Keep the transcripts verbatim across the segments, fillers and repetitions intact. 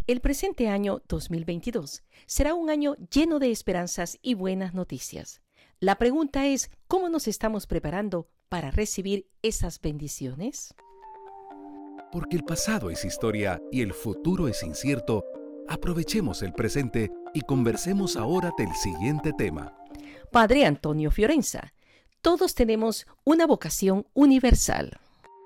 El presente año dos mil veintidós será un año lleno de esperanzas y buenas noticias. La pregunta es, ¿cómo nos estamos preparando para recibir esas bendiciones? Porque el pasado es historia y el futuro es incierto, aprovechemos el presente y conversemos ahora del siguiente tema. Padre Antonio Fiorenza, todos tenemos una vocación universal.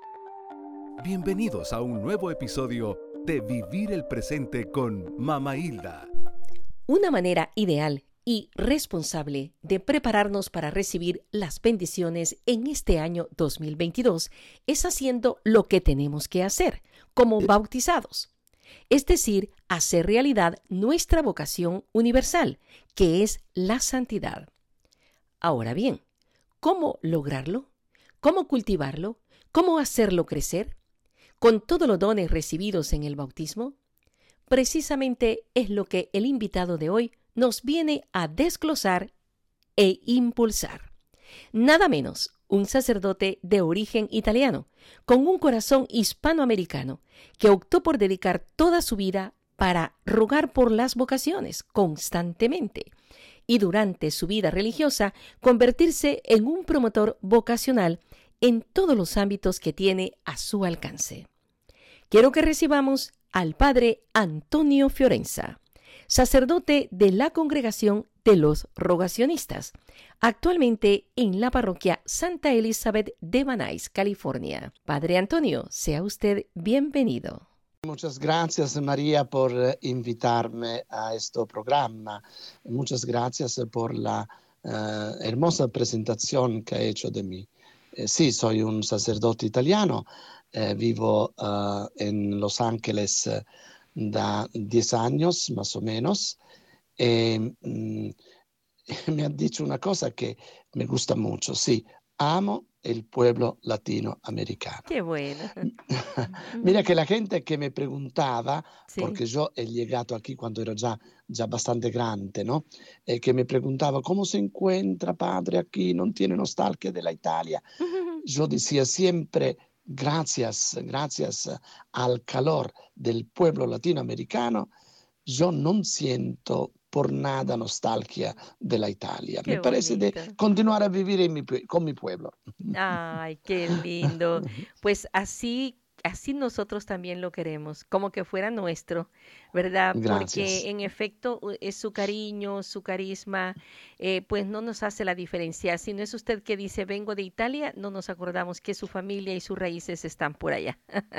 Bienvenidos a un nuevo episodio de Vivir el Presente con Mama Hilda. Una manera ideal y responsable de prepararnos para recibir las bendiciones en este año dos mil veintidós es haciendo lo que tenemos que hacer, como bautizados. Es decir, hacer realidad nuestra vocación universal, que es la santidad. Ahora bien, ¿cómo lograrlo? ¿Cómo cultivarlo? ¿Cómo hacerlo crecer? ¿Con todos los dones recibidos en el bautismo? Precisamente es lo que el invitado de hoy nos viene a desglosar e impulsar. Nada menos, un sacerdote de origen italiano, con un corazón hispanoamericano, que optó por dedicar toda su vida para rogar por las vocaciones constantemente y durante su vida religiosa convertirse en un promotor vocacional en todos los ámbitos que tiene a su alcance. Quiero que recibamos al Padre Antonio Fiorenza, sacerdote de la Congregación de los Rogacionistas, actualmente en la parroquia Santa Elizabeth de Van Nuys, California. Padre Antonio, sea usted bienvenido. Muchas gracias, María, por invitarme a este programa. Muchas gracias por la uh, hermosa presentación que ha hecho de mí. Eh, sí, soy un sacerdote italiano, eh, vivo uh, en Los Ángeles uh, da diez años más o menos. Eh, mm, me han dicho una cosa que me gusta mucho, sí, amo el pueblo latinoamericano. Qué bueno. Mira que la gente que me preguntaba, Sí. porque yo he llegado aquí cuando era ya, ya bastante grande, ¿no? Eh, que me preguntaba, ¿cómo se encuentra padre aquí? ¿No tiene nostalgia de la Italia? Yo decía siempre, gracias, gracias al calor del pueblo latinoamericano, yo no siento por nada nostalgia de la Italia. Qué Me parece de bonito. continuar a vivir en mi, pue- con mi pueblo. Ay, qué lindo. Pues así, así nosotros también lo queremos, como que fuera nuestro, ¿verdad? Gracias. Porque en efecto u- es su cariño, su carisma, eh, pues no nos hace la diferencia. Si no es usted que dice vengo de Italia, no nos acordamos que su familia y sus raíces están por allá.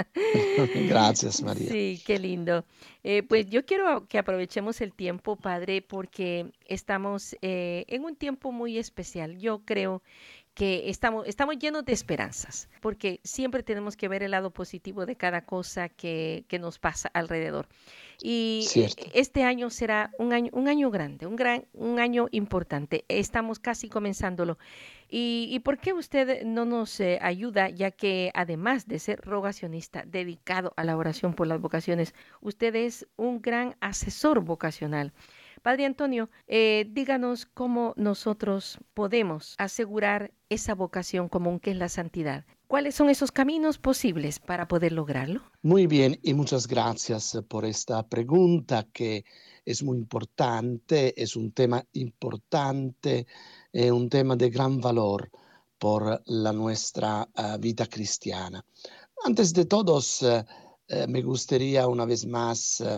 Gracias, María. Sí, qué lindo. Eh, pues yo quiero que aprovechemos el tiempo, Padre, porque estamos eh, en un tiempo muy especial. Yo creo que estamos, estamos llenos de esperanzas, porque siempre tenemos que ver el lado positivo de cada cosa que, que nos pasa alrededor. Y eh, Cierto. este año será un año, un año grande, un gran, un año importante. Estamos casi comenzándolo. ¿Y, y por qué usted no nos eh, ayuda, ya que además de ser rogacionista dedicado a la oración por las vocaciones, usted es un gran asesor vocacional? Padre Antonio, eh, díganos cómo nosotros podemos asegurar esa vocación común que es la santidad. ¿Cuáles son esos caminos posibles para poder lograrlo? Muy bien, y muchas gracias por esta pregunta que es muy importante, es un tema importante, es un tema de gran valor por la nuestra uh, vida cristiana. Antes de todos, uh, uh, me gustaría una vez más uh,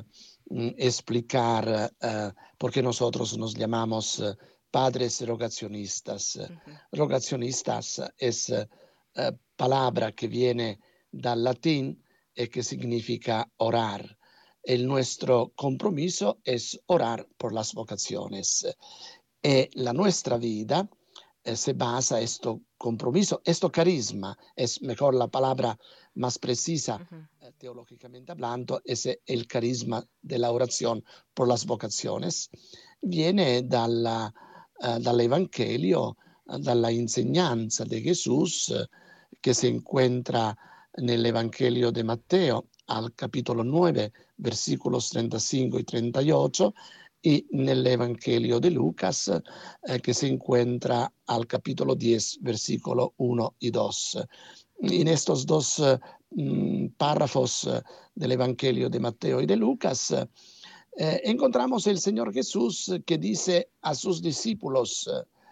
explicar uh, por qué nosotros nos llamamos uh, padres rogacionistas. Uh-huh. Rogacionistas es uh, uh, palabra que viene dal latín y que significa orar. El nuestro compromiso es orar por las vocaciones. Y la nuestra vida eh, se basa en este compromiso, este carisma, es mejor la palabra más precisa, Uh-huh. eh, teológicamente hablando, es el carisma de la oración por las vocaciones. Viene dalla, eh, dall'Evangelio, eh, dalla insegnanza di Gesù, eh, che si encuentra nell'Evangelio de Matteo al capítulo nueve, versículos treinta y cinco y treinta y ocho, y nell'Evangelio de Lucas, eh, que se encuentra al capítulo diez, versículo uno y dos. En estos dos eh, mmm, párrafos del Evangelio de Mateo y de Lucas, eh, encontramos el Señor Jesús que dice a sus discípulos,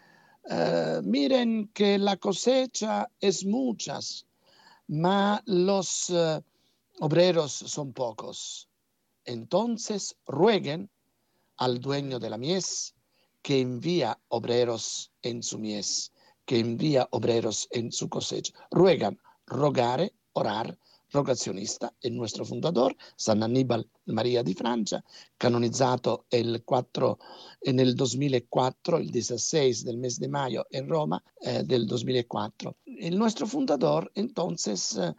eh, miren que la cosecha es muchas, mas los uh, obreros son pocos. Entonces rueguen al dueño de la mies que envía obreros en su mies, que envía obreros en su cosecha. Ruegan, rogare, orar, rogacionista, è il nostro fundador, San Annibal Maria di Francia, canonizzato el cuatro, nel duemilaquattro, il diciassei del mes de mayo en Roma eh, del duemilaquattro. Il nostro fundador entonces eh,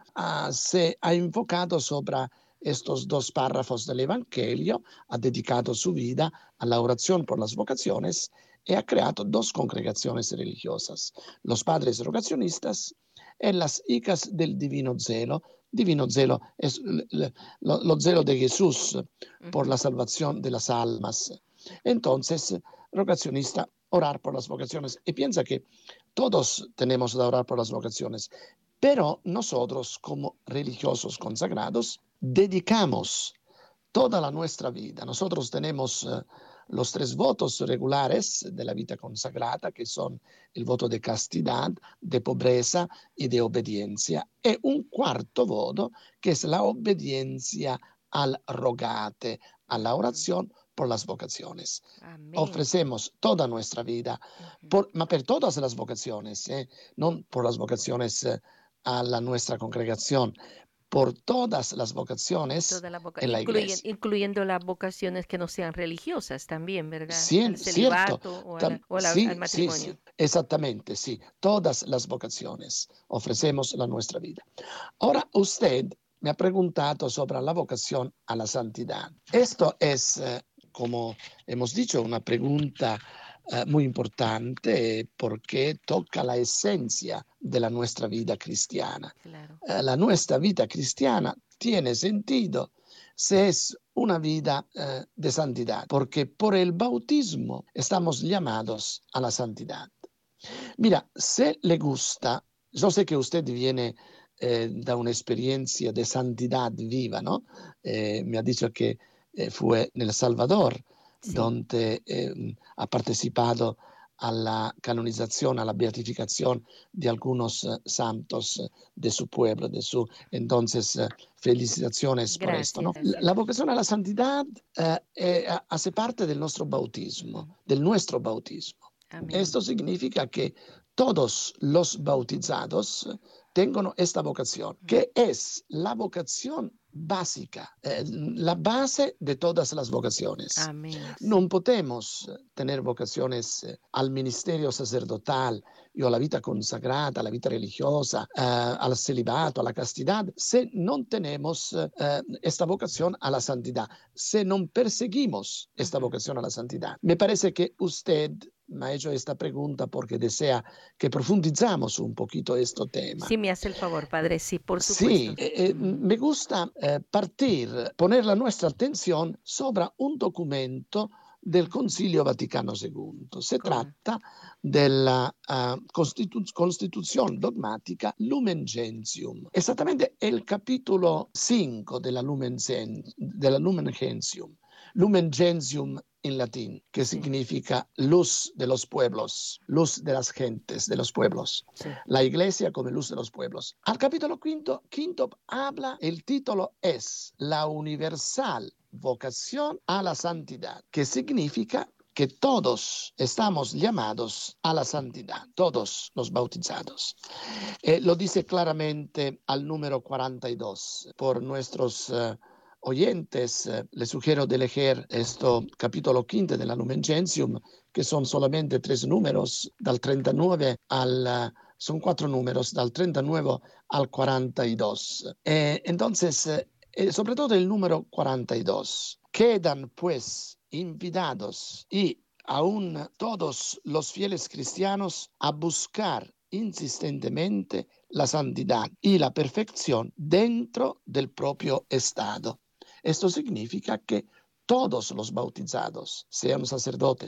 se ha invocado sobre estos dos párrafos del Evangelio, ha dedicado su vida a la oración por las vocaciones y ha creado dos congregaciones religiosas, los padres rogacionistas y las hijas del divino celo. Divino celo es lo, lo celo de Jesús por la salvación de las almas. Entonces, rogacionista, orar por las vocaciones. Y piensa que todos tenemos que orar por las vocaciones, pero nosotros como religiosos consagrados dedicamos toda la nuestra vida. Nosotros tenemos uh, los tres votos regulares de la vida consagrada, que son el voto de castidad, de pobreza y de obediencia, y un cuarto voto, que es la obediencia al rogate, a la oración por las vocaciones. Amén. Ofrecemos toda nuestra vida, por, ma per todas las vocaciones, eh, no por las vocaciones eh, a la nuestra congregación, por todas las vocaciones Toda la voca en la incluyen, iglesia. Incluyendo las vocaciones que no sean religiosas también, ¿verdad? Cien, Al celibato cierto. o, a la, o a la, sí, al matrimonio. Sí, sí, exactamente, sí. Todas las vocaciones ofrecemos la nuestra vida. Ahora usted me ha preguntado sobre la vocación a la santidad. Esto es, eh, como hemos dicho, una pregunta Uh, muy importante porque toca la esencia de la nuestra vida cristiana. Claro. Uh, la nuestra vida cristiana tiene sentido si es una vida uh, de santidad, porque por el bautismo estamos llamados a la santidad. Mira, si le gusta, yo sé que usted viene eh, da una experiencia de santidad viva, ¿no? Eh, me ha dicho que eh, fue en El Salvador, sí, donde eh, ha participado a la canonización, a la beatificación de algunos uh, santos uh, de su pueblo, de su entonces uh, felicitaciones. Gracias, por esto, ¿no? La, la vocación a la santidad uh, eh, hace parte del nuestro bautismo, del nuestro bautismo. Amén. Esto significa que todos los bautizados tengono esta vocación, que es la vocación básica, eh, la base de todas las vocaciones. Amén. No podemos tener vocaciones eh, al ministerio sacerdotal o a la vida consagrada, a la vida religiosa, eh, al celibato, a la castidad, si no tenemos eh, esta vocación a la santidad, si no perseguimos esta vocación a la santidad. Me parece que usted me ha hecho esta pregunta porque desea que profundizamos un poquito este tema. Sí, me hace el favor, padre, sí, por supuesto. Sí, eh, eh, me gusta eh, partir, poner la nuestra atención sobre un documento del Concilio Vaticano segundo. Se ¿Cómo? Tratta della uh, Costitu- Costituzione dogmatica Lumen Gentium. Esattamente è il capitolo cinque della Lumen, Gen- della Lumen Gentium. Lumen Gentium en latín, que sí. Significa luz de los pueblos, luz de las gentes, de los pueblos. Sí. La iglesia como luz de los pueblos. Al capítulo quinto, quinto habla, el título es La universal vocación a la santidad, que significa que todos estamos llamados a la santidad, todos los bautizados. Eh, lo dice claramente al número cuarenta y dos por nuestros uh, oyentes, eh, les sugiero de leer este capítulo quinto de la Lumen Gentium, que son solamente tres números, dal trentanove al, uh, son cuatro números, dal trentanove al cuarenta y dos. Eh, entonces, eh, sobre todo el número cuarenta y dos. Quedan pues invitados y aún todos los fieles cristianos a buscar insistentemente la santidad y la perfección dentro del propio estado. Esto significa que todos los bautizados, sean sacerdotes,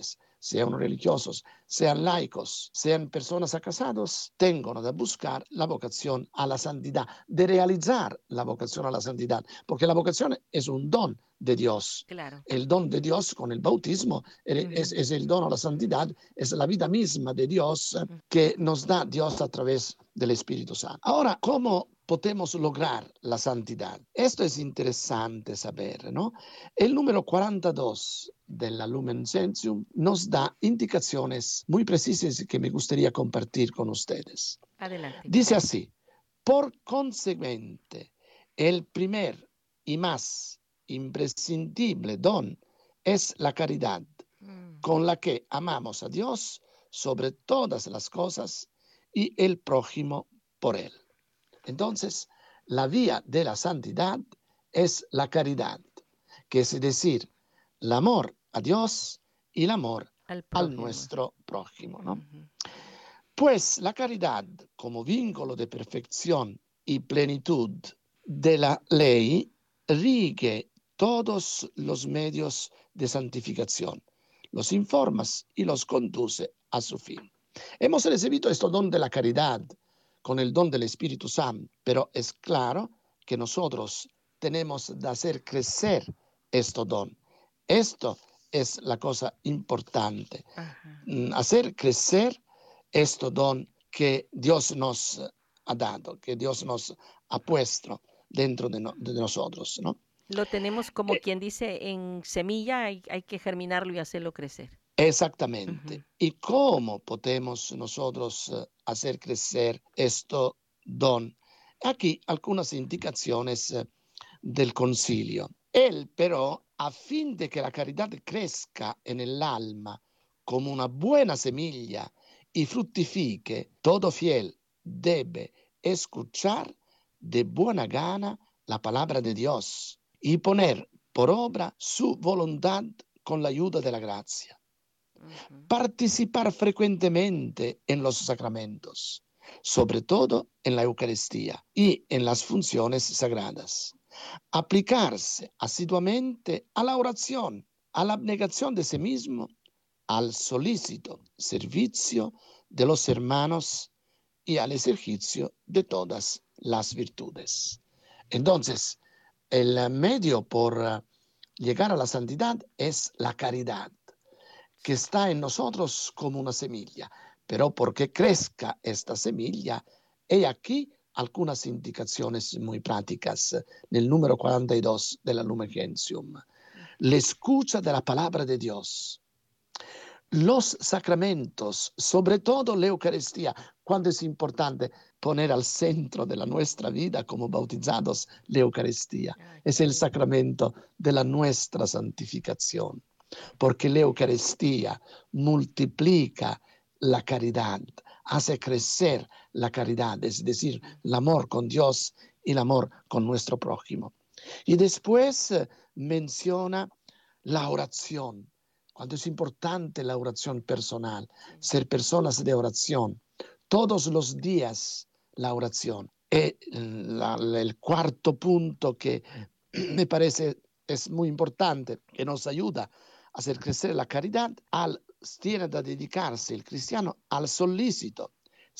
sean religiosos, sean laicos, sean personas casados, tengan de buscar la vocación a la santidad, de realizar la vocación a la santidad, porque la vocación es un don de Dios. Claro. El don de Dios con el bautismo uh-huh. es, es el don a la santidad, es la vida misma de Dios uh-huh. que nos da Dios a través del Espíritu Santo. Ahora, ¿cómo podemos lograr la santidad? Esto es interesante saber, ¿no? El número cuarenta y dos de la Lumen Gentium nos da indicaciones muy precisas que me gustaría compartir con ustedes. Adelante. Dice así: por consiguiente, el primer y más imprescindible don es la caridad, mm. con la que amamos a Dios sobre todas las cosas y el prójimo por él. Entonces, la vía de la santidad es la caridad, que es decir, el amor a Dios y el amor al nuestro prójimo, ¿no? Uh-huh. Pues la caridad, como vínculo de perfección y plenitud de la ley, rige todos los medios de santificación, los informa y los conduce a su fin. Hemos recibido este don de la caridad con el don del Espíritu Santo, pero es claro que nosotros tenemos de hacer crecer este don. Esto es la cosa importante, uh-huh. hacer crecer este don que Dios nos ha dado, que Dios nos ha puesto dentro de, no, de nosotros, ¿no? Lo tenemos como eh, quien dice en semilla, hay, hay que germinarlo y hacerlo crecer. Exactamente. Uh-huh. ¿Y cómo podemos nosotros uh, hacer crecer este don? Aquí algunas indicaciones uh, del concilio. Él, pero, a fin de que la caridad crezca en el alma como una buena semilla y fructifique, todo fiel debe escuchar de buena gana la palabra de Dios y poner por obra su voluntad con la ayuda de la gracia. Uh-huh. Participar frecuentemente en los sacramentos, sobre todo en la Eucaristía y en las funciones sagradas. Aplicarse asiduamente a la oración, a la abnegación de sí mismo, al solícito servicio de los hermanos y al ejercicio de todas las virtudes. Entonces, el medio por llegar a la santidad es la caridad, que está en nosotros como una semilla, pero porque crezca esta semilla, he aquí algunas indicaciones muy prácticas nel número cuarenta y dos de la Lumen Gentium. La escucha de la palabra de Dios, los sacramentos, sobre todo la Eucaristía, cuando es importante poner al centro de la nuestra vida como bautizados la Eucaristía. Es el sacramento de la nuestra santificación, porque la Eucaristía multiplica la caridad, hace crecer la caridad, es decir, el amor con Dios y el amor con nuestro prójimo. Y después eh, menciona la oración, cuando es importante la oración personal, ser personas de oración, todos los días la oración. Y la, el cuarto punto que me parece es muy importante, que nos ayuda a hacer crecer la caridad, al, tiene que dedicarse el cristiano al solícito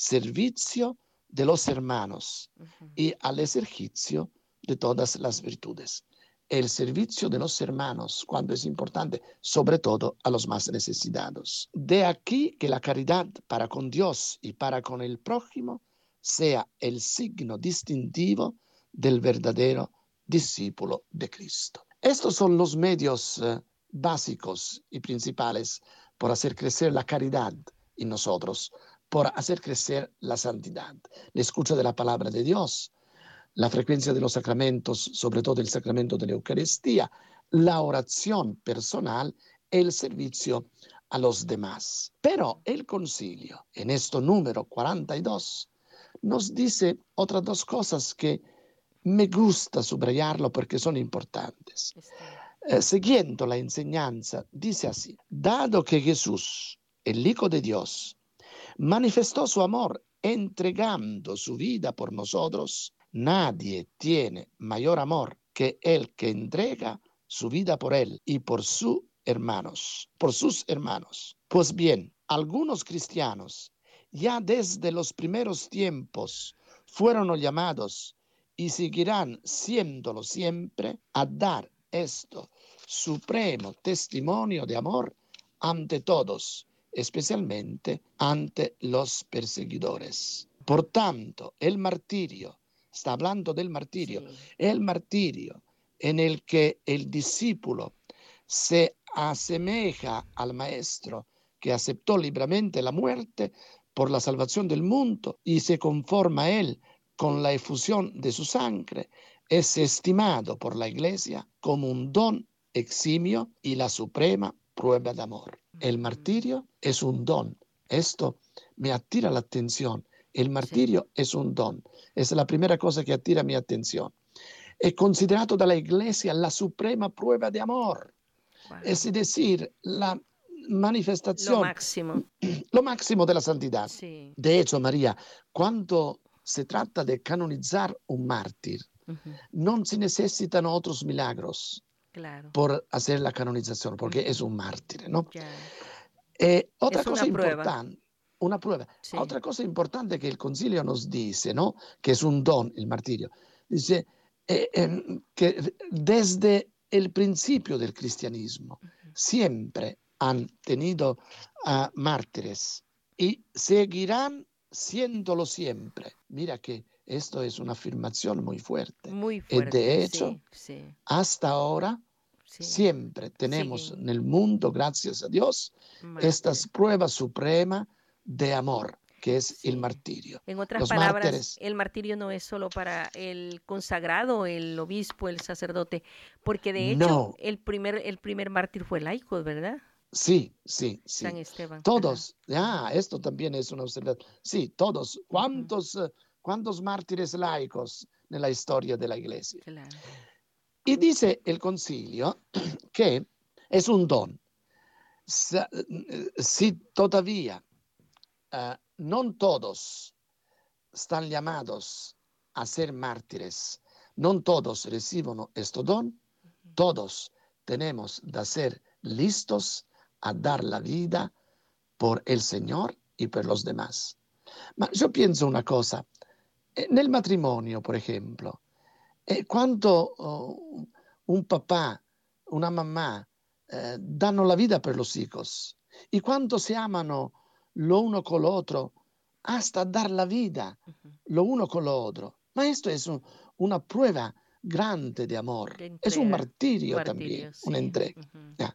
servicio de los hermanos uh-huh. y al ejercicio de todas las virtudes. El servicio de los hermanos, cuando es importante, sobre todo a los más necesitados. De aquí que la caridad para con Dios y para con el prójimo sea el signo distintivo del verdadero discípulo de Cristo. Estos son los medios eh, básicos y principales por hacer crecer la caridad en nosotros, por hacer crecer la santidad, la escucha de la palabra de Dios, la frecuencia de los sacramentos, sobre todo el sacramento de la Eucaristía, la oración personal, el servicio a los demás. Pero el concilio, en este número cuarenta y dos, nos dice otras dos cosas que me gusta subrayarlo porque son importantes. Eh, siguiendo la enseñanza, dice así: dado que Jesús, el Hijo de Dios, manifestó su amor entregando su vida por nosotros, nadie tiene mayor amor que el que entrega su vida por él y por sus hermanos, por sus hermanos. Pues bien, algunos cristianos ya desde los primeros tiempos fueron llamados y seguirán siéndolo siempre a dar esto supremo testimonio de amor ante todos, especialmente ante los perseguidores. Por tanto, el martirio, está hablando del martirio, Sí. el martirio en el que el discípulo se asemeja al maestro que aceptó libremente la muerte por la salvación del mundo y se conforma a él con la efusión de su sangre, es estimado por la Iglesia como un don eximio y la suprema prueba de amor. El martirio es un don. Esto me attira la atención. El martirio sí. es un don. Es la primera cosa que attira mi atención. È considerato dalla Iglesia la suprema prueba de amor. Wow. Es decir, la manifestación, lo máximo, lo máximo de la santidad. Sí. De hecho, María, cuando se trata de canonizar un mártir, uh-huh. no se necesitan otros milagros claro. por hacer la canonización, porque uh-huh. es un mártir, ¿no? Yeah. Eh, otra es cosa una importante, una prueba. Sí. Otra cosa importante que el concilio nos dice, ¿no? Que es un don, el martirio. Dice eh, eh, que desde el principio del cristianismo uh-huh. siempre han tenido uh, mártires y seguirán siéndolo siempre. Mira que esto es una afirmación muy fuerte. Muy fuerte. Y de hecho, sí, sí. hasta ahora, sí. siempre tenemos Siguen. en el mundo, gracias a Dios, Mártir. estas pruebas supremas de amor, que es sí. el martirio. En otras Los palabras, mártires, el martirio no es solo para el consagrado, el obispo, el sacerdote, porque de hecho no. el primer, el primer mártir fue laico, ¿verdad? Sí, sí, sí. San Esteban. Todos, ah, esto también es una observación. Sí, todos. ¿Cuántos, uh-huh. ¿Cuántos mártires laicos en la historia de la Iglesia? Claro. Y dice el concilio que es un don. Si todavía uh, no todos están llamados a ser mártires, no todos reciben este don, todos tenemos de ser listos a dar la vida por el Señor y por los demás. Ma yo pienso una cosa, nel matrimonio, por ejemplo, eh, cuando uh, un papá, una mamá eh, danno la vida per los hijos y cuando se amano lo uno con lo otro hasta dar la vida uh-huh. lo uno con lo otro. Ma esto es un, una prueba grande de amor, de es un martirio, martirio también, sí. una entrega. Uh-huh. Yeah.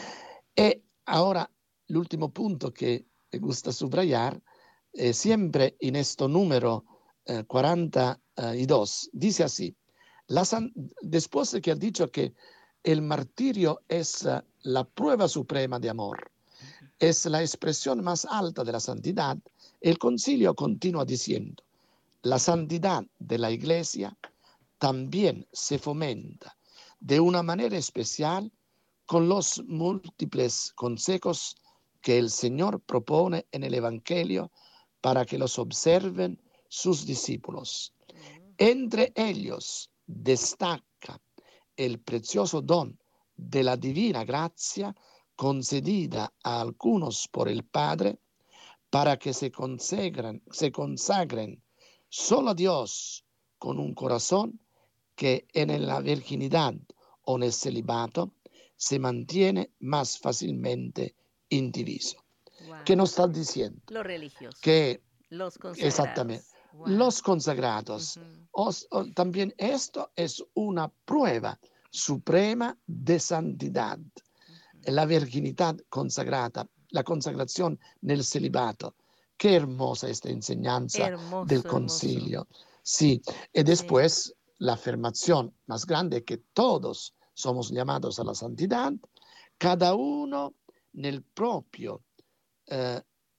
E ahora l'ultimo punto che me gusta subrayar, eh, siempre en este número eh, cuarenta y dos, dice así, la san- después de que ha dicho que el martirio es uh, la prueba suprema de amor, uh-huh. es la expresión más alta de la santidad, el concilio continúa diciendo, la santidad de la Iglesia también se fomenta de una manera especial con los múltiples consejos que el Señor propone en el Evangelio para que los observen sus discípulos. Entre ellos destaca el precioso don de la divina gracia concedida a algunos por el Padre para que se consagren, se consagren solo a Dios con un corazón que en la virginidad o en el celibato se mantiene más fácilmente indiviso. Wow. ¿Qué nos está diciendo? Los religiosos. Que, los consagrados. Exactamente. Wow. Los consagrados. Uh-huh. o, o, también esto es una prueba suprema de santidad. Uh-huh. La virginidad consagrada, la consagración nel celibato. Qué hermosa esta enseñanza hermoso, del concilio. Hermoso. Sí, y después sí. la afirmación más grande que todos somos llamados a la santidad, cada uno nel propio eh,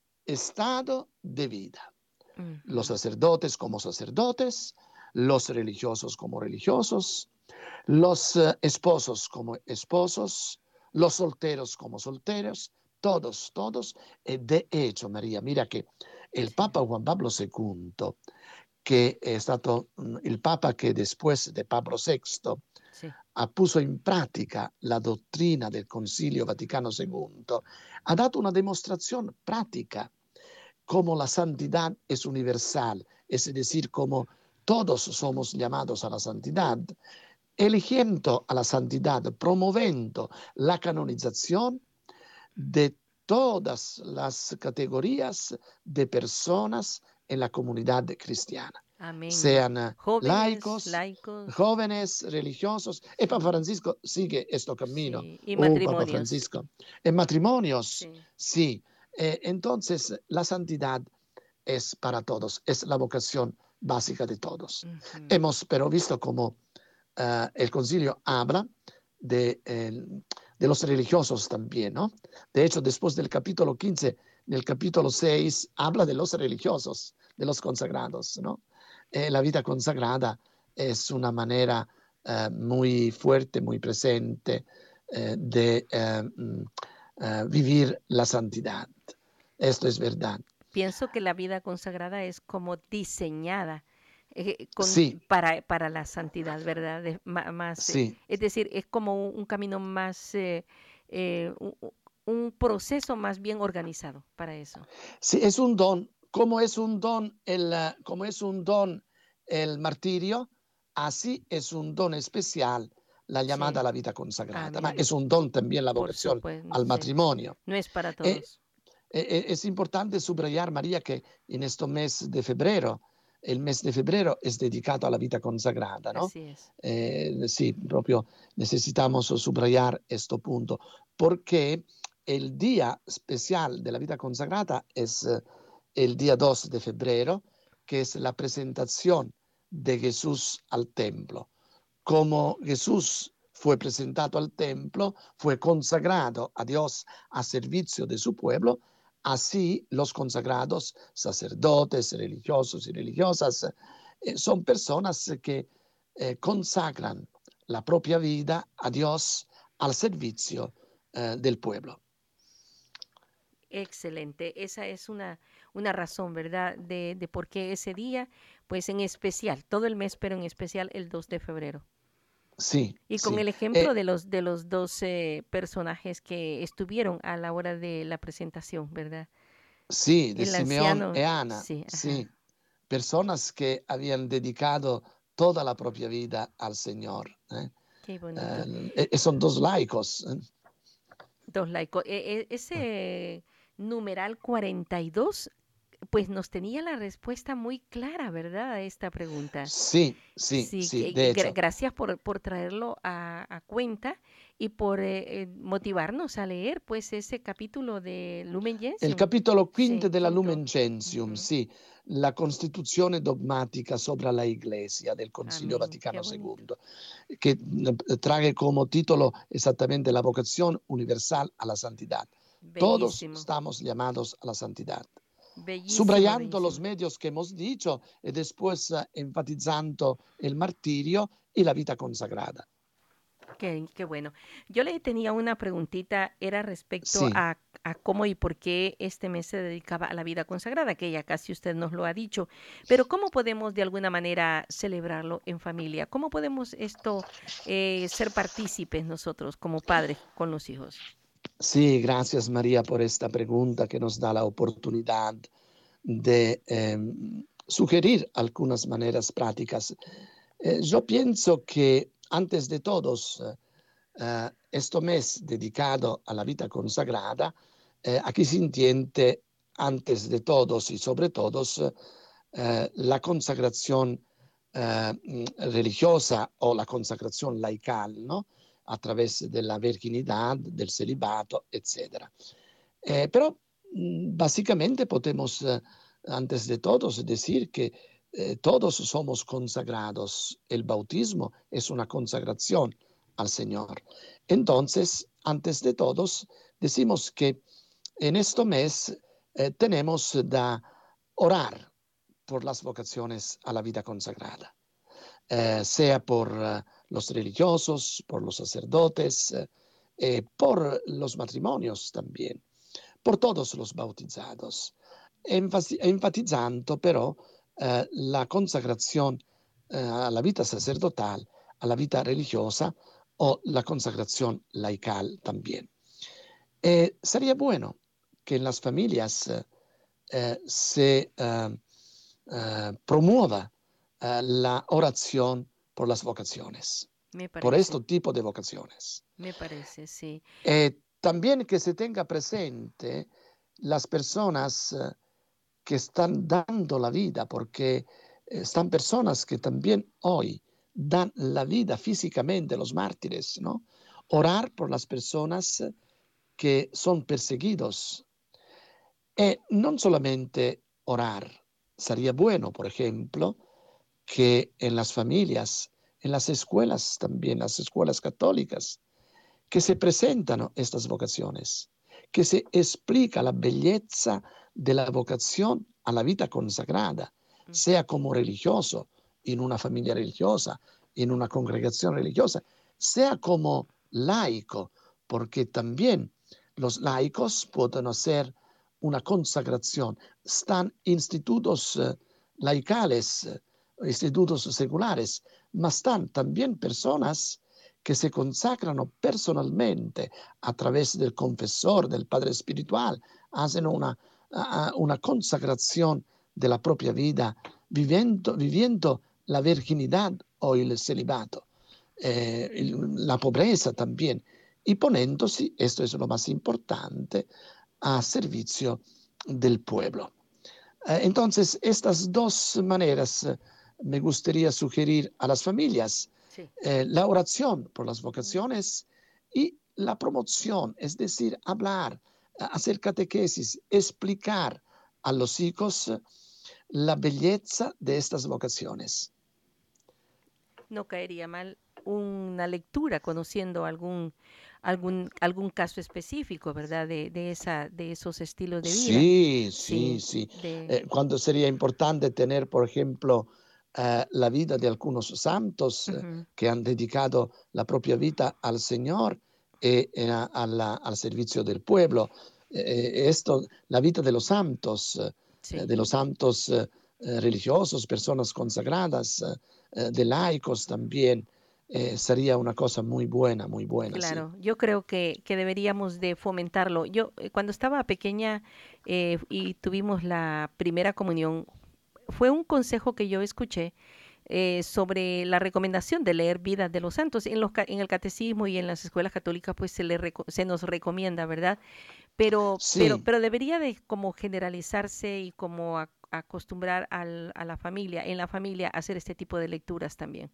estado de vida. Uh-huh. Los sacerdotes como sacerdotes, los religiosos como religiosos, los uh, esposos como esposos, los solteros como solteros, todos, todos. Y de hecho, María, mira que el Papa Juan Pablo segundo, che è stato il Papa che después de Pablo sexto Sí. ha puso in pratica la dottrina del Concilio Vaticano segundo, ha dato una demostración práctica cómo la santidad es universal, es decir, cómo todos somos llamados a la santidad, eligiendo a la santidad, promoviendo la canonización de todas las categorías de personas en la comunidad cristiana. Amén. Sean Jóvenes, laicos, laicos. jóvenes, religiosos. Y Papa Francisco sigue este camino. Sí, y Oh, Papa matrimonios. Francisco. En matrimonios, Sí. sí. Eh, entonces, la santidad es para todos, es la vocación básica de todos. Ujú. Hemos pero visto cómo uh, el concilio habla de, eh, de los religiosos también, ¿no? De hecho, después del capítulo quince, en el capítulo seis, habla de los religiosos, de los consagrados, ¿no? Eh, la vida consagrada es una manera uh, muy fuerte, muy presente uh, de uh, uh, vivir la santidad. Esto es verdad. Pienso que la vida consagrada es como diseñada eh, con, Sí. para, para la santidad, ¿verdad? De, ma- más, eh, Sí. es decir, es como un, un camino más, eh, eh, un, un proceso más bien organizado para eso. Sí, es un don. Como es un don el, uh, como es un don el martirio, así es un don especial la llamada Sí. a la vida consagrada. Amén. Ma es un don también la Por vocación supuesto, al sí. matrimonio. No es para Eh, todos. eh, es importante subrayar, María, que en este mes de febrero, el mes de febrero es dedicado a la vida consagrada, ¿no? Así es. Eh, sí, proprio necesitamos subrayar este punto, porque el día especial de la vida consagrada es uh, el día dos de febrero, que es la presentación de Jesús al templo. Como Jesús fue presentado al templo, fue consagrado a Dios a servicio de su pueblo, así los consagrados, sacerdotes, religiosos y religiosas, eh, son personas que eh, consagran la propia vida a Dios al servicio eh, del pueblo. Excelente. Esa es una, una razón, ¿verdad? De, de por qué ese día, pues en especial, todo el mes, pero en especial el dos de febrero. Sí, Y con sí. el ejemplo Eh, de los de los doce personajes que estuvieron a la hora de la presentación, ¿verdad? sí, de El Simeón anciano, y Ana, sí, sí. ajá, Personas que habían dedicado toda la propia vida al Señor. ¿eh? qué bonito. Eh, e son dos laicos. ¿eh? Dos laicos. E- e- ese numeral cuarenta y dos, pues nos tenía la respuesta muy clara, ¿verdad? A esta pregunta. Sí, sí, Sí, sí, que- de gra- hecho. gracias por, por traerlo a, a cuenta y por eh, eh, motivarnos a leer pues ese capítulo de Lumen Il Gentium. capitolo quinto Sí, della quinto. Lumen Gentium, Ujú. sì, la costituzione dogmatica sopra la Iglesia del Concilio Amén, qué Vaticano bonito. segundo, che eh, trae come titolo esattamente la vocación universal a la santidad. Todos Bellísimo, estamos llamados a la santidad. bellísimo, Subrayando los bellísimo. medios que hemos dicho y después eh, enfatizando el martirio y la vida consagrada. Qué, qué bueno. Yo le tenía una preguntita, era respecto Sì. a, a cómo y por qué este mes se dedicaba a la vida consagrada, que ya casi usted nos lo ha dicho, pero ¿cómo podemos de alguna manera celebrarlo en familia? ¿Cómo podemos esto eh, ser partícipes nosotros como padres con los hijos? Sí, gracias María por esta pregunta que nos da la oportunidad de eh, sugerir algunas maneras prácticas. Eh, yo pienso que antes de todos, eh, este mes dedicado a la vida consagrada, eh, aquí se entiende antes de todos y sobre todos eh, la consagración eh, religiosa o la consagración laical, ¿no? A través de la virginidad, del celibato, etcétera. Eh, pero mh, básicamente podemos, eh, antes de todos, decir que eh, todos somos consagrados. El bautismo es una consagración al Señor. Entonces, antes de todos, decimos que en este mes eh, tenemos de orar por las vocaciones a la vida consagrada, eh, sea por uh, los religiosos, por los sacerdotes, eh, eh, por los matrimonios también, por todos los bautizados, enfasi- enfatizando però eh, la consagración eh, a la vita sacerdotale a la vida religiosa o la consagración laical también. Eh, sería bueno que en las familias eh, eh, se eh, eh, promueva eh, la oración por las vocaciones, Me por parece, este tipo de vocaciones. me parece, sí. Eh, también que se tenga presente las personas eh, que están dando la vida, porque eh, están personas que también hoy dan la vida físicamente, los mártires, ¿no? Orar por las personas que son perseguidos. E non solamente orar, sería bueno, por ejemplo, que en las familias, en las escuelas también, las escuelas católicas, que se presentan estas vocaciones, que se explica la belleza de la vocación a la vida consagrada, sea como religioso, en una familia religiosa, en una congregación religiosa, sea como laico, porque también los laicos pueden hacer una consagración. Están institutos eh, laicales, eh, institutos seculares, mas están también personas que se consacran personalmente a través del confesor, del padre espiritual, hacen una, una consagración de la propia vida, viviendo, viviendo la virginidad o el celibato, eh, la pobreza también, y poniéndose, esto es lo más importante, a servicio del pueblo. Eh, entonces, estas dos maneras eh, me gustaría sugerir a las familias. Sí. Eh, la oración por las vocaciones y la promoción, es decir, hablar, hacer catequesis, explicar a los hijos la belleza de estas vocaciones. No caería mal una lectura conociendo algún algún algún caso específico, ¿verdad? De, de esa de esos estilos de vida. Sí, sí, Sí, sí. de Eh, cuando sería importante tener, por ejemplo, eh, la vida de algunos santos eh, ujú, que han dedicado la propia vida al Señor e eh, a la, al servicio del pueblo. Eh, esto, la vida de los santos, eh, sí. de los santos eh, religiosos, personas consagradas, eh, de laicos también, eh, sería una cosa muy buena, muy buena, sí. Claro, yo creo que, que deberíamos de fomentarlo. Yo eh, cuando estaba pequeña eh, y tuvimos la primera comunión, fue un consejo que yo escuché eh, sobre la recomendación de leer Vidas de los Santos. En, los, ca- en el catecismo y en las escuelas católicas pues se, le reco- se nos recomienda, ¿verdad? Pero, pero, Sí, pero debería de como generalizarse y como a- acostumbrar al- a la familia, en la familia, a hacer este tipo de lecturas también.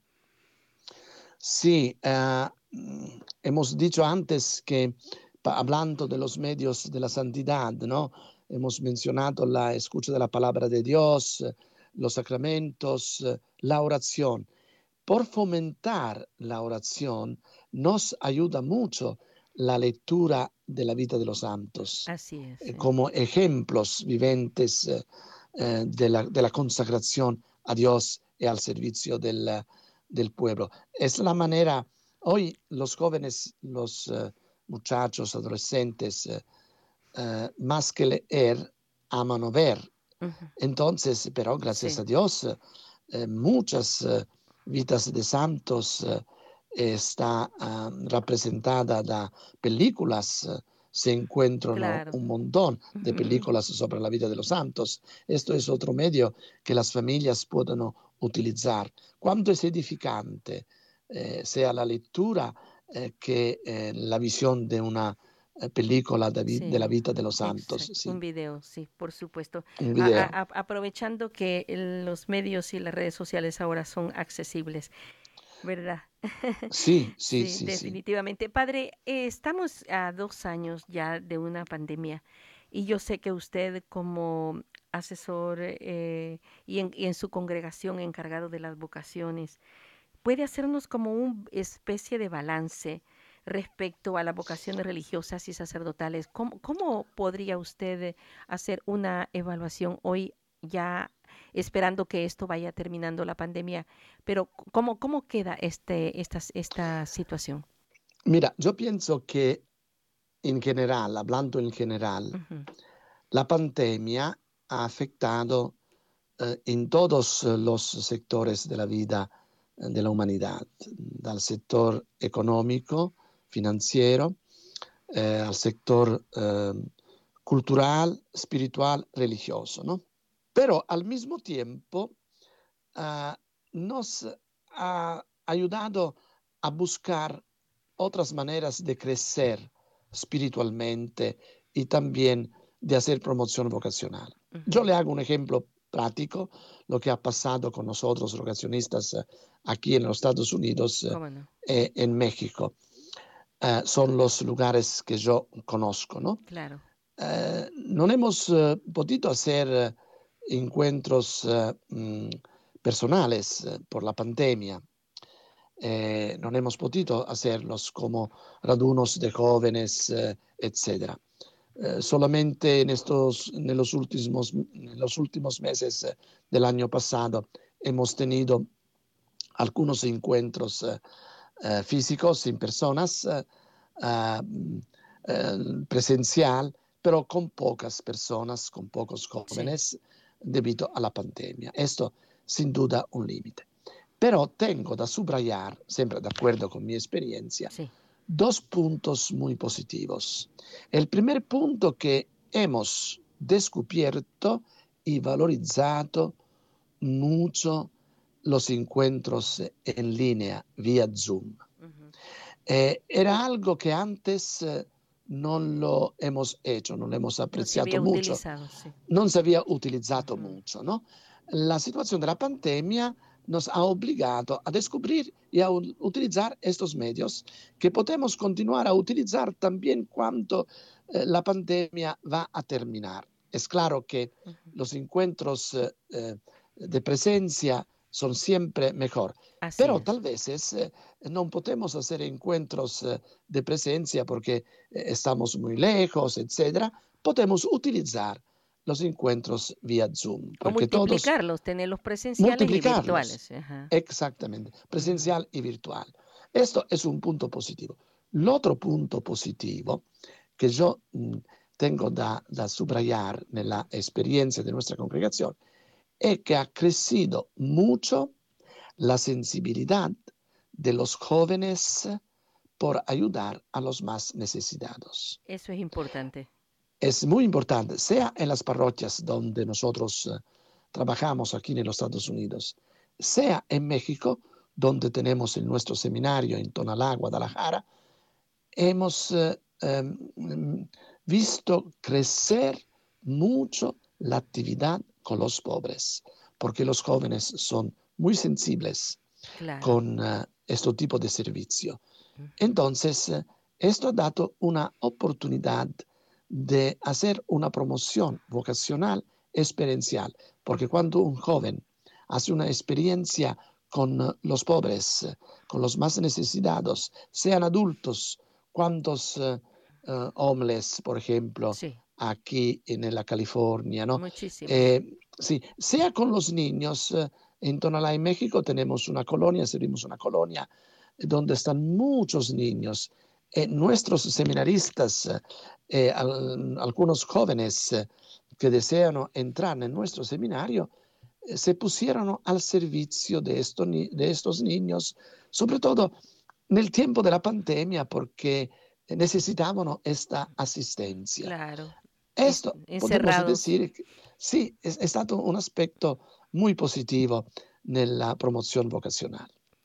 sí, eh, mm, hemos dicho antes que pa- hablando de los medios de la santidad, ¿no? Hemos mencionado la escucha de la palabra de Dios, eh, los sacramentos, eh, la oración. Por fomentar la oración nos ayuda mucho la lectura de la vida de los santos, Así es, eh, sí. como ejemplos viventes eh, eh, de, la, de la consagración a Dios y al servicio del, del pueblo. Es la manera, hoy los jóvenes, los uh, muchachos, adolescentes, uh, uh, más que leer, aman ver. Ujú, Entonces, pero gracias sí, a Dios, eh, muchas eh, vidas de santos eh, está uh, representada da películas. Eh, se encuentran claro. un montón de Ujú. películas sobre la vida de los santos. Esto es otro medio que las familias pueden utilizar. Cuánto es edificante, eh, sea la lectura eh, que eh, la visión de una eh, película de, vi- de la Sí, vida de los santos. exacto. Un Sí, video, sí, por supuesto. un A- video. a- a- aprovechando que el- los medios y las redes sociales ahora son accesibles, ¿verdad? Sí, sí, Sí, sí, sí. definitivamente. Padre, eh, estamos a dos años ya de una pandemia y yo sé que usted como asesor eh, y, en, y en su congregación encargado de las vocaciones, puede hacernos como una especie de balance respecto a las vocaciones religiosas y sacerdotales. ¿Cómo, cómo podría usted hacer una evaluación hoy ya esperando que esto vaya terminando la pandemia? Pero ¿cómo, cómo queda este, esta, esta situación? Mira, yo pienso que en general, hablando en general, Ujú, la pandemia ha afectado eh, en todos eh, los sectores de la vida de la humanidad, dal sector económico, financiero, eh, al sector eh, cultural, espiritual, religioso, ¿no? Pero al mismo tiempo uh, nos ha ayudado a buscar otras maneras de crecer espiritualmente y también de hacer promoción vocacional. Uh-huh. Yo le hago un ejemplo práctico, lo que ha pasado con nosotros, vocacionistas, uh, aquí en los Estados Unidos, uh, no? eh, en México. Uh, son los lugares que yo conozco, ¿no? Claro. Uh, non hemos uh, podido hacer uh, encuentros uh, um, personales uh, por la pandemia. Eh, non hemos podido hacerlos como radunos de jóvenes, uh, etcétera. Uh, solamente en, estos, en, los últimos, en los últimos meses uh, del año pasado hemos tenido algunos encuentros uh, uh, físicos en personas, uh, uh, uh, presencial, pero con pocas personas, con pocos jóvenes, sí, debido a la pandemia. Esto, sin duda, un límite. Pero tengo da subrayar, siempre de acuerdo con mi experiencia, sí, dos puntos muy positivos. El primer punto que hemos descubierto y valorizado mucho los encuentros en línea vía Zoom. Uh-huh. Eh, era algo que antes eh, no lo hemos hecho, non lo hemos apreciato no mucho, sí. non si había utilizzato uh-huh. mucho, ¿no? La situación de la pandemia nos ha obligado a descubrir y a utilizar estos medios que podemos continuar a utilizar también cuando eh, la pandemia va a terminar. Es claro que uh-huh. los encuentros eh, de presencia son siempre mejor, Así pero es. tal vez eh, no podemos hacer encuentros eh, de presencia porque eh, estamos muy lejos, etcétera. Podemos utilizar los encuentros vía Zoom. O multiplicarlos, todos, tenerlos presenciales y virtuales. Ajá. Exactamente, presencial uh-huh. y virtual. Esto es un punto positivo. El otro punto positivo que yo mh, tengo da, da subrayar nella experiencia de nuestra congregación es que ha crecido mucho la sensibilidad de los jóvenes por ayudar a los más necesitados. Eso es importante. Es muy importante, sea en las parroquias donde nosotros uh, trabajamos aquí en los Estados Unidos, sea en México, donde tenemos el nuestro seminario en Tonalá, Guadalajara, hemos uh, um, visto crecer mucho la actividad con los pobres, porque los jóvenes son muy sensibles claro. con uh, este tipo de servicio. Uh-huh. Entonces, uh, esto ha dado una oportunidad de hacer una promoción vocacional experiencial, porque cuando un joven hace una experiencia con uh, los pobres, uh, con los más necesitados, sean adultos, cuantos uh, uh, homeless, por ejemplo, sí. aquí en la California, ¿no? Muchísimo. Eh, sí, sea con los niños, uh, en Tonalá, en México, tenemos una colonia, servimos una colonia donde están muchos niños. Eh, nuestros seminaristas, eh, al, algunos jóvenes eh, que desean entrar en nuestro seminario, eh, se pusieron al servicio de, esto, de estos niños, sobre todo en el tiempo de la pandemia, porque necesitaban esta asistencia. Claro. Esto podemos decir que sí, es, è stato un aspetto muy positivo nella promoción vocacional.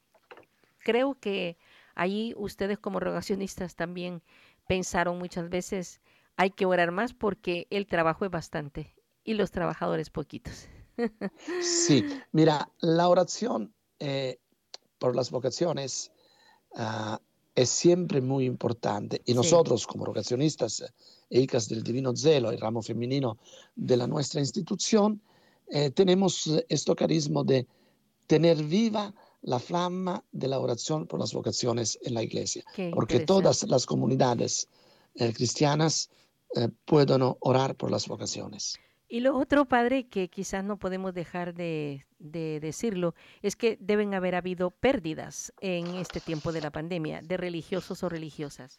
Creo que allí ustedes como rogacionistas también pensaron muchas veces, hay que orar más porque el trabajo es bastante y los trabajadores poquitos. Sí, mira, la oración eh, por las vocaciones uh, es siempre muy importante y nosotros sí. como rogacionistas e hijas del Divino Zelo, el ramo femenino de la nuestra institución, eh, tenemos este carisma de tener viva la flama de la oración por las vocaciones en la iglesia, Qué porque todas las comunidades eh, cristianas eh, pueden orar por las vocaciones. Y lo otro, padre, que quizás no podemos dejar de, de decirlo, es que deben haber habido pérdidas en este tiempo de la pandemia, de religiosos o religiosas.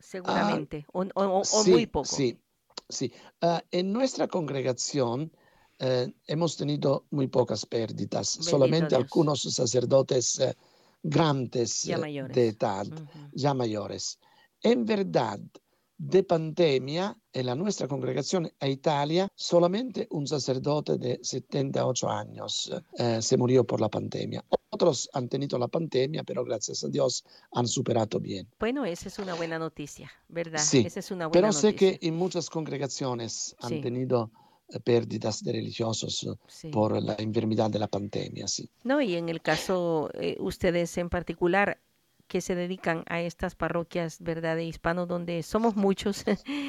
Seguramente, uh, o, o, o sí, muy poco. Sí, sí. Uh, en nuestra congregación eh, hemos tenido muy pocas pérdidas, Bendito solamente Dios. algunos sacerdotes eh, grandes Ya eh, mayores. de edad, Ujú. ya mayores. En verdad, de pandemia, en la nuestra congregación a Italia, solamente un sacerdote de setenta y ocho años eh, se murió por la pandemia. Otros han tenido la pandemia, pero gracias a Dios han superado bien. Bueno, esa es una buena noticia, ¿verdad? Sí, Esa es una buena pero sé que noticia. en muchas congregaciones han Sí, tenido eh, pérdidas de religiosos eh, sí. por la enfermedad de la pandemia, sí. No, y en el caso, eh, ustedes en particular, que se dedican a estas parroquias, ¿verdad?, de hispanos, donde somos muchos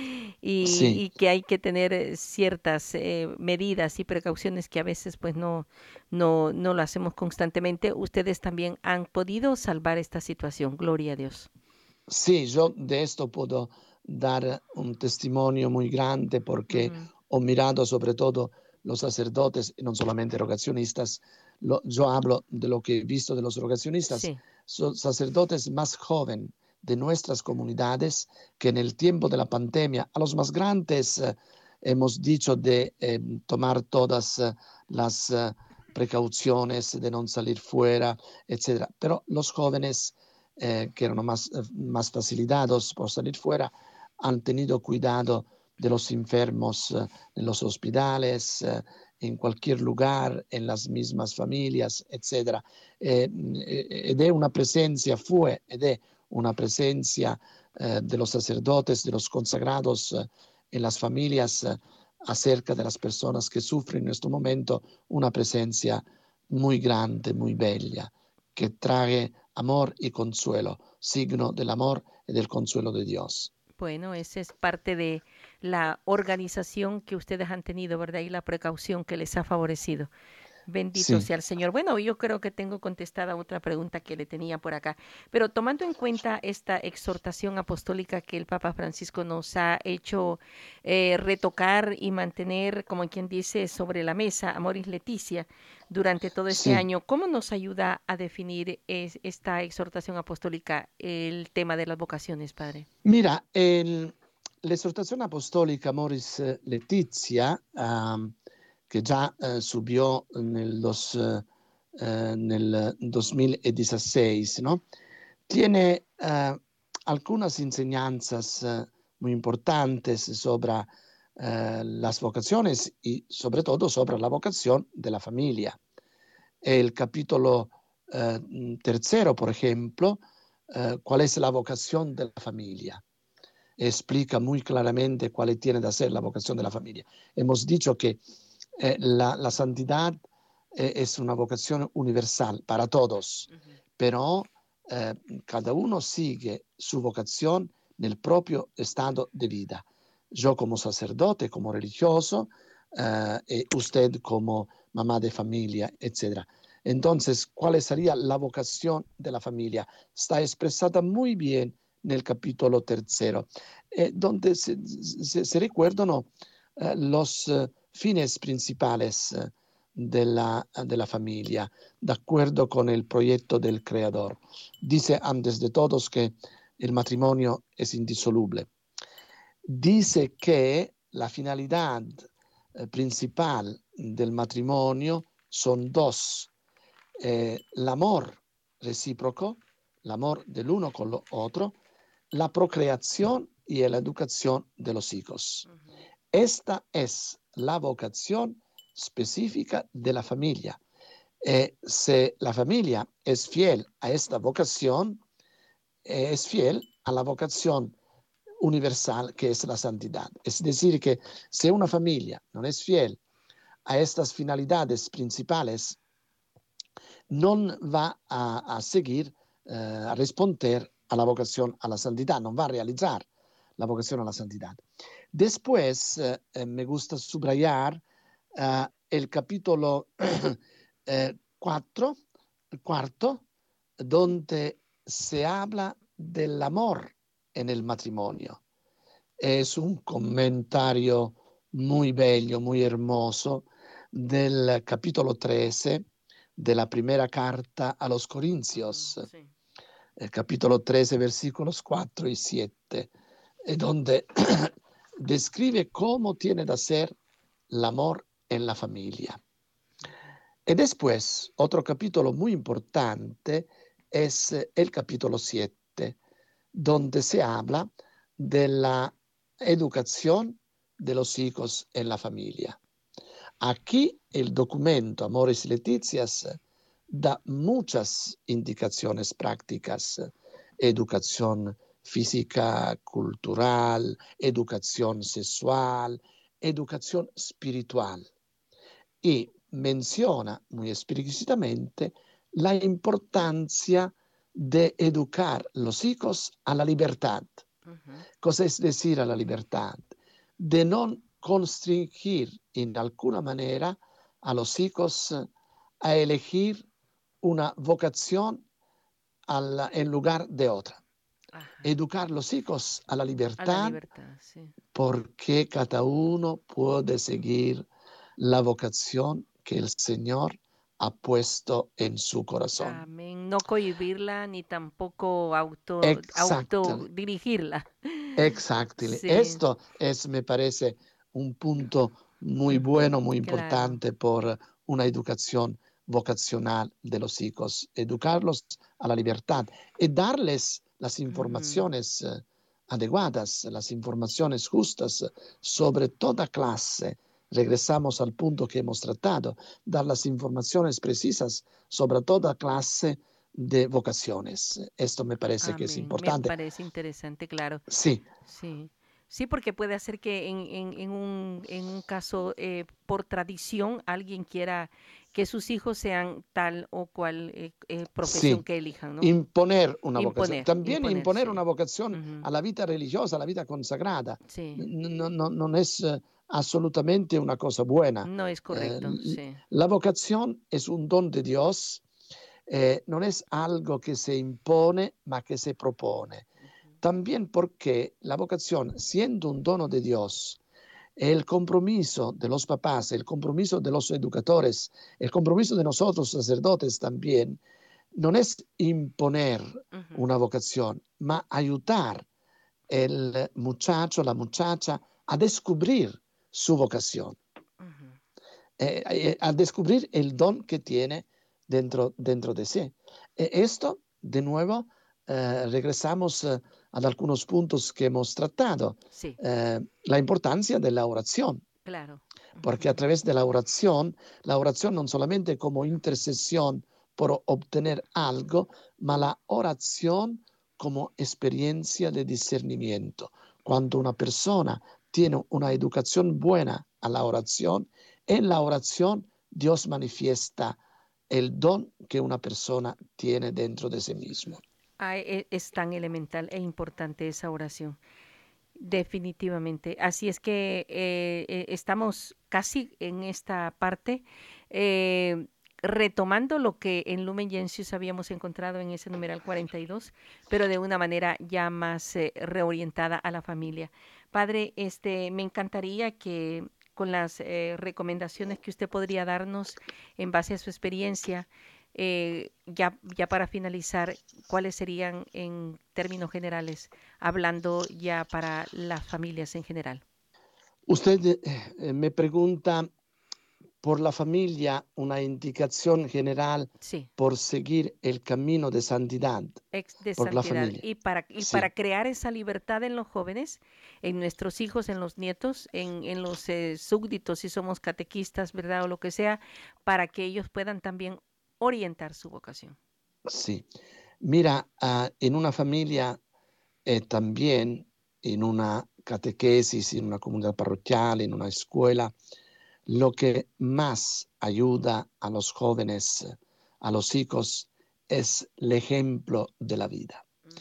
y, Sí, y que hay que tener eh, ciertas eh, medidas y precauciones que a veces pues no, no, no lo hacemos constantemente. Ustedes también han podido salvar esta situación, gloria a Dios. sí, yo de esto puedo dar un testimonio muy grande porque Ujú. ho mirado sobre todo los sacerdotes, y no solamente rogacionistas, lo- yo hablo de lo que he visto de los rogacionistas, Sí, son sacerdotes más jóvenes de nuestras comunidades que en el tiempo de la pandemia, a los más grandes eh, hemos dicho de eh, tomar todas eh, las eh, precauciones, de no salir fuera, etcétera. Pero los jóvenes eh, que erano más, eh, más facilitados por salir fuera han tenido cuidado de los enfermos eh, en los hospitales, eh, en cualquier lugar, en las mismas familias, etcétera. Eh, ed è una presencia, fue ed è una presencia eh, de los sacerdotes, de los consagrados eh, en las familias eh, acerca de las personas que sufren en este momento, una presencia muy grande, muy bella, que trae amor y consuelo, signo del amor y del consuelo de Dios. bueno, esa es parte de la organización que ustedes han tenido, ¿verdad? Y la precaución que les ha favorecido. Bendito Sí, sea el Señor. Bueno, yo creo que tengo contestada otra pregunta que le tenía por acá, pero tomando en cuenta esta exhortación apostólica que el Papa Francisco nos ha hecho eh, retocar y mantener, como quien dice, sobre la mesa, Amoris Leticia, durante todo este sí. año, ¿cómo nos ayuda a definir es, esta exhortación apostólica el tema de las vocaciones, Padre? Mira, el- l'esortazione apostolica Moris Letizia, ehm, che già eh, subió nel, dos, eh, eh, nel duemiladiciaseis, ¿no? Tiene eh, algunas enseñanzas eh, muy importantes sobre eh, las vocaciones y sobre todo sobre la vocación de la familia. El capítulo eh, tercero, por ejemplo, eh, ¿cuál es la vocación de la familia? Explica muy claramente cuál tiene que ser la vocación de la familia. Hemos dicho que eh, la, la, santidad eh, es una vocación universal para todos, Uh -huh. pero eh, cada uno sigue su vocación nel propio estado de vida. Yo como sacerdote, como religioso, eh, y usted como mamá de familia, etcétera. Entonces, ¿cuál sería la vocación de la familia? Está expresada muy bien nel capítulo tercero, eh, donde se, se, se recuerdan eh, los eh, fines principales eh, de, la, de la familia, de acuerdo con el proyecto del creador. Dice antes de todos que el matrimonio es indisoluble. Dice que la finalidad eh, principal del matrimonio son dos. Eh, el amor recíproco, el amor del uno con el otro, la procreación y la educación de los hijos. Uh -huh. Esta es la vocación específica de la familia. Eh, si la familia es fiel a esta vocación, eh, es fiel a la vocación universal que es la santidad. Es decir, que si una familia no es fiel a estas finalidades principales, non va a, a seguir, eh, a responder a la vocación a la santidad, non va a realizar la vocación a la santidad. Después, eh, me gusta subrayar eh, el capítulo eh, cuatro, cuarto, donde se habla del amor en el matrimonio. Es un comentario muy bello, muy hermoso del capítulo trece de la primera carta a los Uh -huh. Corintios, Sí. el capítulo trece, versículos cuatro y siete, donde describe cómo tiene que ser el amor en la familia. Y después, otro capítulo muy importante es el capítulo siete, donde se habla de la educación de los hijos en la familia. Aquí el documento Amores y Leticias da muchas indicaciones prácticas: educación física, cultural, educación sexual, educación espiritual. Y menciona muy explícitamente la importancia de educar los hijos a la libertad. Uh-huh. ¿Cosa es decir a la libertad? De no constringir en alguna manera a los hijos a elegir una vocación al, en lugar de otra. Ajá. Educar a los hijos a la libertad, a la libertad sí. Porque cada uno puede seguir la vocación que el Señor ha puesto en su corazón. Amén. No cohibirla ni tampoco auto, autodirigirla. Exacto. Sí. Esto es, me parece, un punto muy bueno, muy importante, claro, por una educación vocacional de los hijos. Educarlos a la libertad y darles las informaciones uh-huh. adecuadas, las informaciones justas sobre toda clase. Regresamos al punto que hemos tratado, dar las informaciones precisas sobre toda clase de vocaciones. Esto me parece Amén. Que es importante. Me parece interesante, claro. Sí. Sí, sí, porque puede hacer que en, en, en, un, en un caso, eh, por tradición, alguien quiera que sus hijos sean tal o cual eh, eh, profesión sí. que elijan, ¿no? Imponer una imponer, vocación. También imponer, imponer sí. una vocación uh-huh. a la vida religiosa, a la vida consagrada. Sí. No, no, no es uh, absolutamente una cosa buena. No es correcto, eh, sí. La vocación es un don de Dios, eh, no es algo que se impone, ma que se propone. Uh-huh. También porque la vocación, siendo un dono de Dios, el compromiso de los papás, el compromiso de los educadores, el compromiso de nosotros sacerdotes también, no es imponer uh-huh. una vocación, ma ayudar el muchacho, la muchacha a descubrir su vocación, uh-huh. eh, eh, a descubrir el don que tiene dentro, dentro de sí. Eh, esto, de nuevo, eh, regresamos eh, a algunos puntos que hemos tratado. Sí. Eh, la importancia de la oración. Claro. Porque a través de la oración, la oración no solamente como intercesión por obtener algo, ma la oración como experiencia de discernimiento. Cuando una persona tiene una educación buena a la oración, en la oración Dios manifiesta el don que una persona tiene dentro de sí mismo. Ah, es tan elemental e importante esa oración. Definitivamente. Así es que eh, estamos casi en esta parte eh, retomando lo que en Lumen Gentium habíamos encontrado en ese numeral cuarenta y dos, pero de una manera ya más eh, reorientada a la familia. Padre, este, me encantaría que con las eh, recomendaciones que usted podría darnos en base a su experiencia, Eh, ya, ya para finalizar, ¿cuáles serían en términos generales, hablando ya para las familias en general? Usted eh, me pregunta por la familia una indicación general sí. por seguir el camino de santidad. Ex de por santidad. La familia. Y, para, y sí. para crear esa libertad en los jóvenes, en nuestros hijos, en los nietos, en, en los eh, súbditos, si somos catequistas, ¿verdad? O lo que sea, para que ellos puedan también orientar su vocación. Sí, mira, uh, en una familia eh, también, en una catequesis, en una comunidad parroquial, en una escuela, lo que más ayuda a los jóvenes, a los hijos, es el ejemplo de la vida. Mm.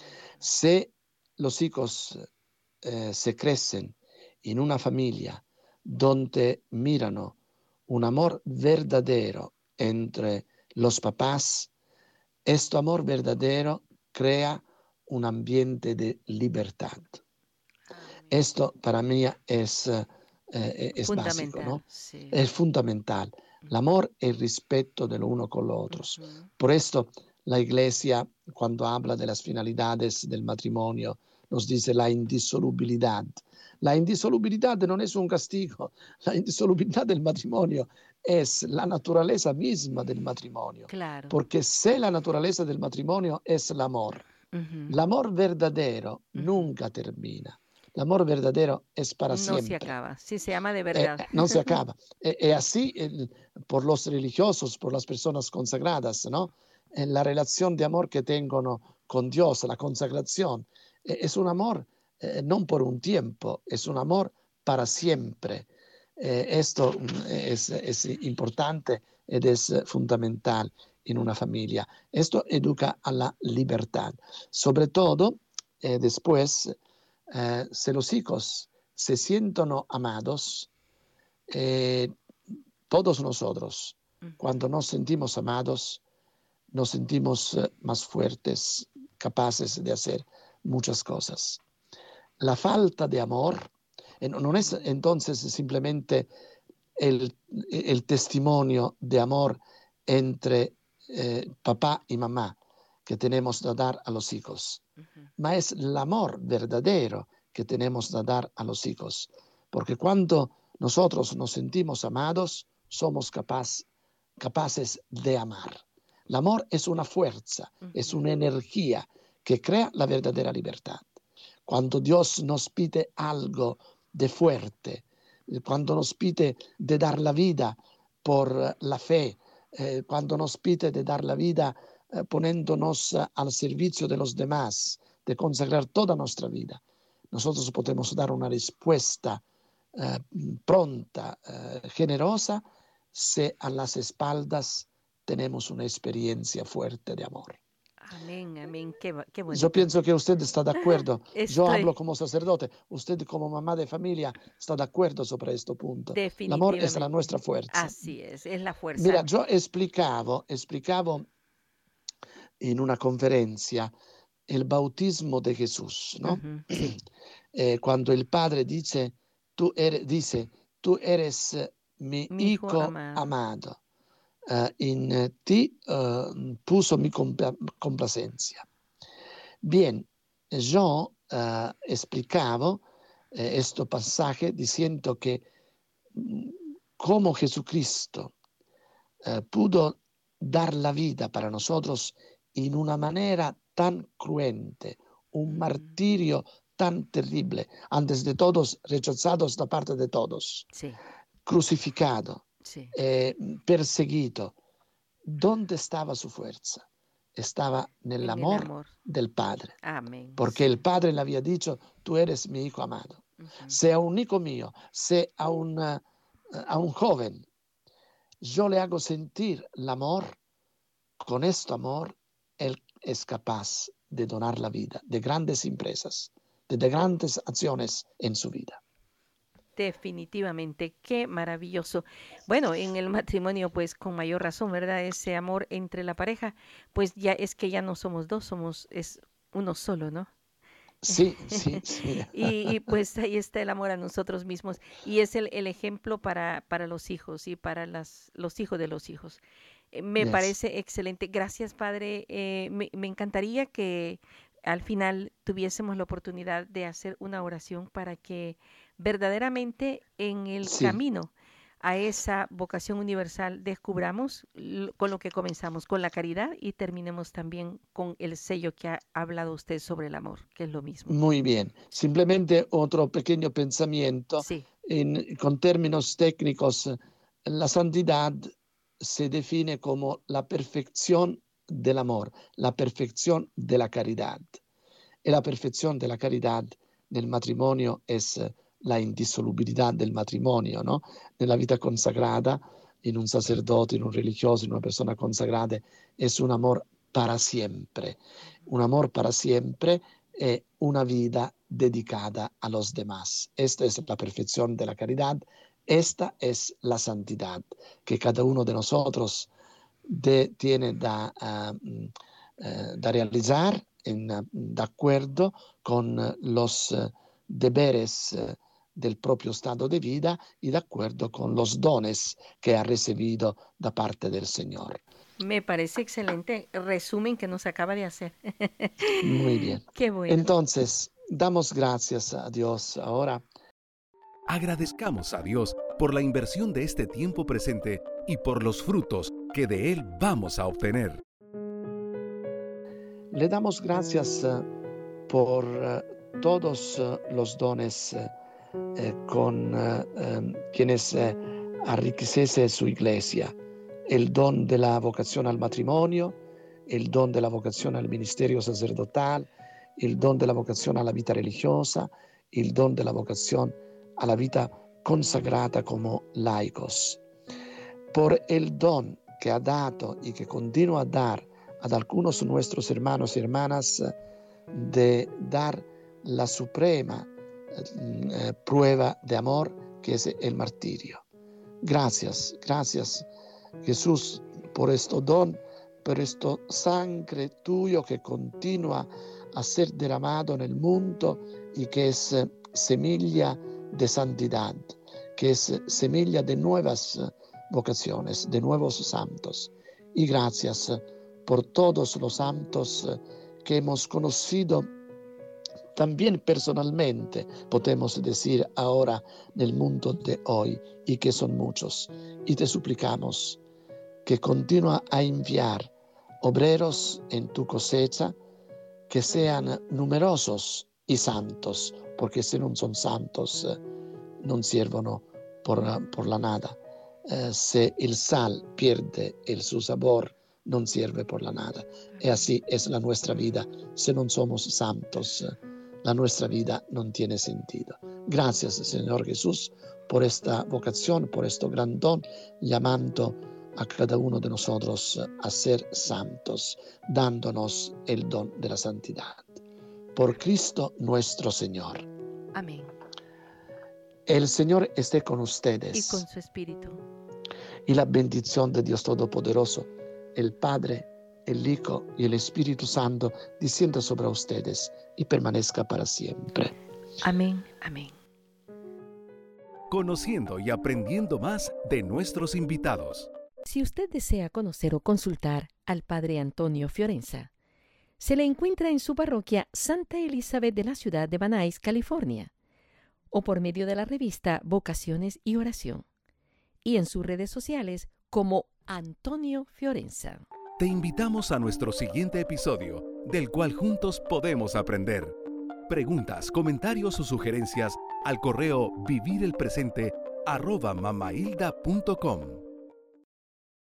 Si los hijos eh, se crecen en una familia donde miran un amor verdadero entre los papás, este amor verdadero crea un ambiente de libertad. Amén. Esto para mí es, eh, es básico, ¿no? Sí. Es fundamental. El amor y el respeto de lo uno con los otros. Uh-huh. Por esto la Iglesia, cuando habla de las finalidades del matrimonio, nos dice la indisolubilidad. La indisolubilidad no es un castigo, la indisolubilidad del matrimonio es la naturaleza misma del matrimonio, Claro. porque si la naturaleza del matrimonio es el amor, Ujú, l'amor verdadero ujú. nunca termina, l'amor verdadero es para No se siempre. acaba. Sí, se ama de Eh, verdad. eh, no se acaba. Eh, eh, así el- por los religiosos, por las personas consagradas, ¿no? Eh, la relación de amor que tengan con Dios, la consagración, eh, es un amor eh, no por un tiempo, es un amor para siempre. Eh, esto mm, es, es importante ed es fundamental en una familia. Esto educa a la libertad. Sobre todo, eh, después, eh, si los hijos se sienten amados, eh, todos nosotros, Ujú. cuando nos sentimos amados, nos sentimos eh, más fuertes, capaces de hacer muchas cosas. La falta de amor eh, no es entonces simplemente el, el testimonio de amor entre eh, papá y mamá que tenemos que dar a los hijos, Ujú. ma es el amor verdadero que tenemos que dar a los hijos. Porque cuando nosotros nos sentimos amados, somos capaz, capaces de amar. El amor es una fuerza, es Ujú. una energía que crea la verdadera libertad. Cuando Dios nos pide algo de fuerte, cuando nos pide de dar la vida por la fe, eh, cuando nos pide de dar la vida eh, poniéndonos eh, al servicio de los demás, de consagrar toda nuestra vida, nosotros podemos dar una respuesta eh, pronta, eh, generosa, si a las espaldas tenemos una experiencia fuerte de amor. Amén, amén. Qué, ba- qué Yo bonito. pienso que usted está de acuerdo. Yo hablo Estoy como sacerdote, usted como mamá de familia está de acuerdo sobre este punto. El amor es la definitivamente. nuestra fuerza. Así es, es la Mira, fuerza. yo explicavo, explicavo en una conferencia el bautismo de Jesús, ¿no? Ujú, sí. Eh, cuando el Padre dice, tú eres, dice, tú eres eh, mi Mi hijo hijo amado. amado, eh, en eh, ti eh, puso mi compla- complacencia. Bien, yo eh, explicavo eh, este pasaje diciendo que mm, como Jesucristo eh, pudo dar la vida para nosotros en una manera tan cruente, un Ujú, martirio tan terrible, antes de todos rechazados da parte de todos, sí, crucificado, sí. eh, perseguido. ¿Dónde estaba su fuerza? Estaba En el nell'amor amor. del Padre. Amén, Porque sí. el Padre le había dicho, tú eres mi hijo amado. Ujú. Sea un hijo mío, sea a un, uh, a un joven, yo le hago sentir el amor, con este amor, él es capaz de donar la vida, de grandes empresas, de, de grandes acciones en su vida. Definitivamente, qué maravilloso. Bueno, en el matrimonio, pues con mayor razón, ¿verdad? Ese amor entre la pareja, pues ya es que ya no somos dos, somos, es uno solo, ¿no? Sí, sí, sí. y, y, pues ahí está el amor a nosotros mismos y es el, el ejemplo para, para los hijos y para las, los hijos de los hijos. Eh, Me Yes. parece excelente. Gracias, Padre. Eh, me, me encantaría que al final tuviésemos la oportunidad de hacer una oración para que verdaderamente en el Sí. camino a esa vocación universal descubramos l- con lo que comenzamos, con la caridad y terminemos también con el sello que ha hablado usted sobre el amor, que es lo mismo. Muy bien. Simplemente otro pequeño pensamiento. Sí. En, con términos técnicos, la santidad se define como la perfección del amor, la perfección de la caridad. Y la perfección de la caridad nel matrimonio es eh, la indisolubilidad del matrimonio, ¿no? Nella vita consagrada, in un sacerdote, in un religioso, in una persona consagrada, es un amor para siempre. Un amor para siempre e una vida dedicada a los demás. Esta es la perfección de la caridad. Esta es la santidad que cada uno de nosotros de, tiene da, uh, uh, da realizar en, uh, de acuerdo con uh, los uh, deberes uh, del propio estado de vida y de acuerdo con los dones que ha recibido da parte del Señor. Me parece excelente resumen que nos acaba de hacer. Muy bien. Qué bueno. Entonces, damos gracias a Dios ahora Agradezcamos a Dios por la inversión de este tiempo presente y por los frutos que de Él vamos a obtener. Le damos gracias por uh, todos uh, los dones uh, con uh, um, quienes uh, enriqueciese su iglesia. El don de la vocación al matrimonio, el don de la vocación al ministerio sacerdotal, el don de la vocación a la vida religiosa, el don de la vocación a la vida consagrata como laicos. Por el don que ha dado y que continúa a dar a algunos de nuestros hermanos y hermanas de dar la suprema eh, prueba de amor que es el martirio. Gracias, gracias Jesús por este don, por esta sangre tuyo que continúa a ser derramado en el mundo y que es eh, semilla de santidad, que es semilla de nuevas vocaciones, de nuevos santos. Y gracias por todos los santos que hemos conocido también personalmente, podemos decir ahora en el mundo de hoy, y que son muchos. Y te suplicamos que continúa a enviar obreros en tu cosecha, que sean numerosos y santos, porque si no son santos eh, no sirven por, por la nada. Eh, si el sal pierde el su sabor, no sirve por la nada. Y así es la nuestra vida. Si no somos santos, eh, la nuestra vida no tiene sentido. Gracias, Señor Jesús, por esta vocación, por este gran don, llamando a cada uno de nosotros a ser santos, dándonos el don de la santidad. Por Cristo nuestro Señor. Amén. El Señor esté con ustedes. Y con su espíritu. Y la bendición de Dios Todopoderoso, el Padre, el Hijo y el Espíritu Santo, descienda sobre ustedes y permanezca para siempre. Amén, amén. Conociendo y aprendiendo más de nuestros invitados. Si usted desea conocer o consultar al Padre Antonio Fiorenza, se le encuentra en su parroquia Santa Elizabeth de la ciudad de Van Nuys, California, o por medio de la revista Vocaciones y Oración, y en sus redes sociales como Antonio Fiorenza. Te invitamos a nuestro siguiente episodio, del cual juntos podemos aprender. Preguntas, comentarios o sugerencias al correo vivirelpresente arroba mamahilda punto com.